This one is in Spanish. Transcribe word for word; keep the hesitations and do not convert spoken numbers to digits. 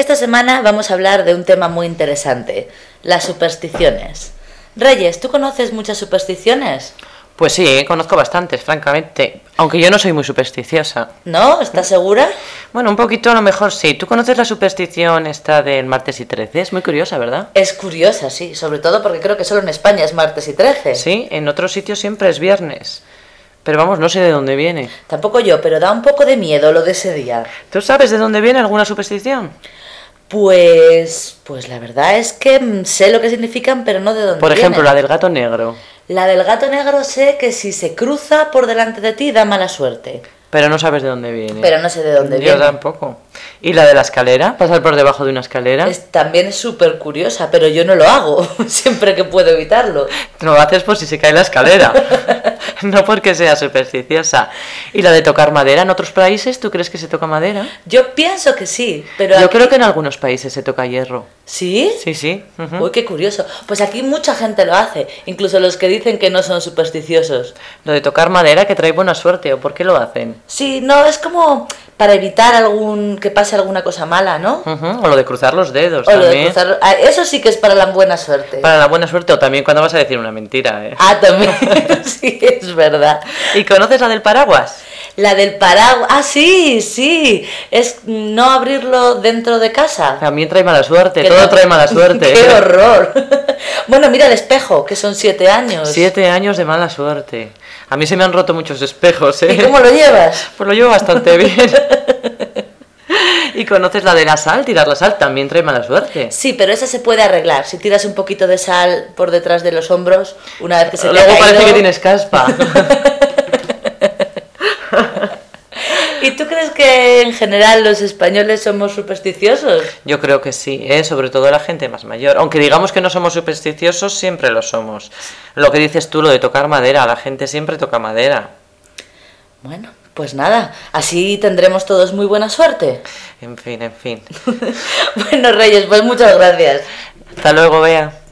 Esta semana vamos a hablar de un tema muy interesante, las supersticiones. Reyes, ¿tú conoces muchas supersticiones? Pues sí, conozco bastantes, francamente, aunque yo no soy muy supersticiosa. ¿No? ¿Estás segura? Bueno, un poquito a lo mejor sí. ¿Tú conoces la superstición esta del martes y trece? Es muy curiosa, ¿verdad? Es curiosa, sí, sobre todo porque creo que solo en España es martes y trece. Sí, en otros sitios siempre es viernes. Pero vamos, no sé de dónde viene. Tampoco yo, pero da un poco de miedo lo de ese día. ¿Tú sabes de dónde viene alguna superstición? Pues, pues la verdad es que sé lo que significan, pero no de dónde Por ejemplo, vienen. la del gato negro. La del gato negro sé que si se cruza por delante de ti da mala suerte. Pero no sabes de dónde viene. Pero no sé de dónde Yo viene. tampoco. ¿Y la de la escalera? ¿Pasar por debajo de una escalera? Es, también es súper curiosa, pero yo no lo hago, siempre que puedo evitarlo. No lo haces por si se cae la escalera. No porque sea supersticiosa. ¿Y la de tocar madera en otros países? ¿Tú crees que se toca madera? Yo pienso que sí, pero Yo aquí... creo que en algunos países se toca hierro. ¿Sí? Sí, sí. Uh-huh. Uy, qué curioso. Pues aquí mucha gente lo hace, incluso los que dicen que no son supersticiosos. Lo de tocar madera que trae buena suerte, ¿o por qué lo hacen? Sí, no, es como para evitar algún que pase alguna cosa mala, ¿no? Uh-huh. O lo de cruzar los dedos o también. Lo de cruzar... ah, eso sí que es para la buena suerte. Para la buena suerte, o también cuando vas a decir una mentira, ¿eh? Ah, también. Sí, es verdad. ¿Y conoces la del paraguas? La del paraguas. Ah, sí, sí. Es no abrirlo dentro de casa. También trae mala suerte, Que todo no... trae mala suerte. ¡Qué horror! Bueno, mira el espejo, que son siete años. Siete años de mala suerte. A mí se me han roto muchos espejos, ¿eh? ¿Y cómo lo llevas? Pues lo llevo bastante bien. ¿Y conoces la de la sal? Tirar la sal también trae mala suerte. Sí, pero esa se puede arreglar. Si tiras un poquito de sal por detrás de los hombros, una vez que se te Luego ha caído... parece que tienes caspa. ¿Y tú crees que en general los españoles somos supersticiosos? Yo creo que sí, ¿eh? Sobre todo la gente más mayor. Aunque digamos que no somos supersticiosos, siempre lo somos. Lo que dices tú, lo de tocar madera, la gente siempre toca madera. Bueno, pues nada, así tendremos todos muy buena suerte. En fin, en fin. Bueno, Reyes, pues muchas gracias. Hasta luego, Bea.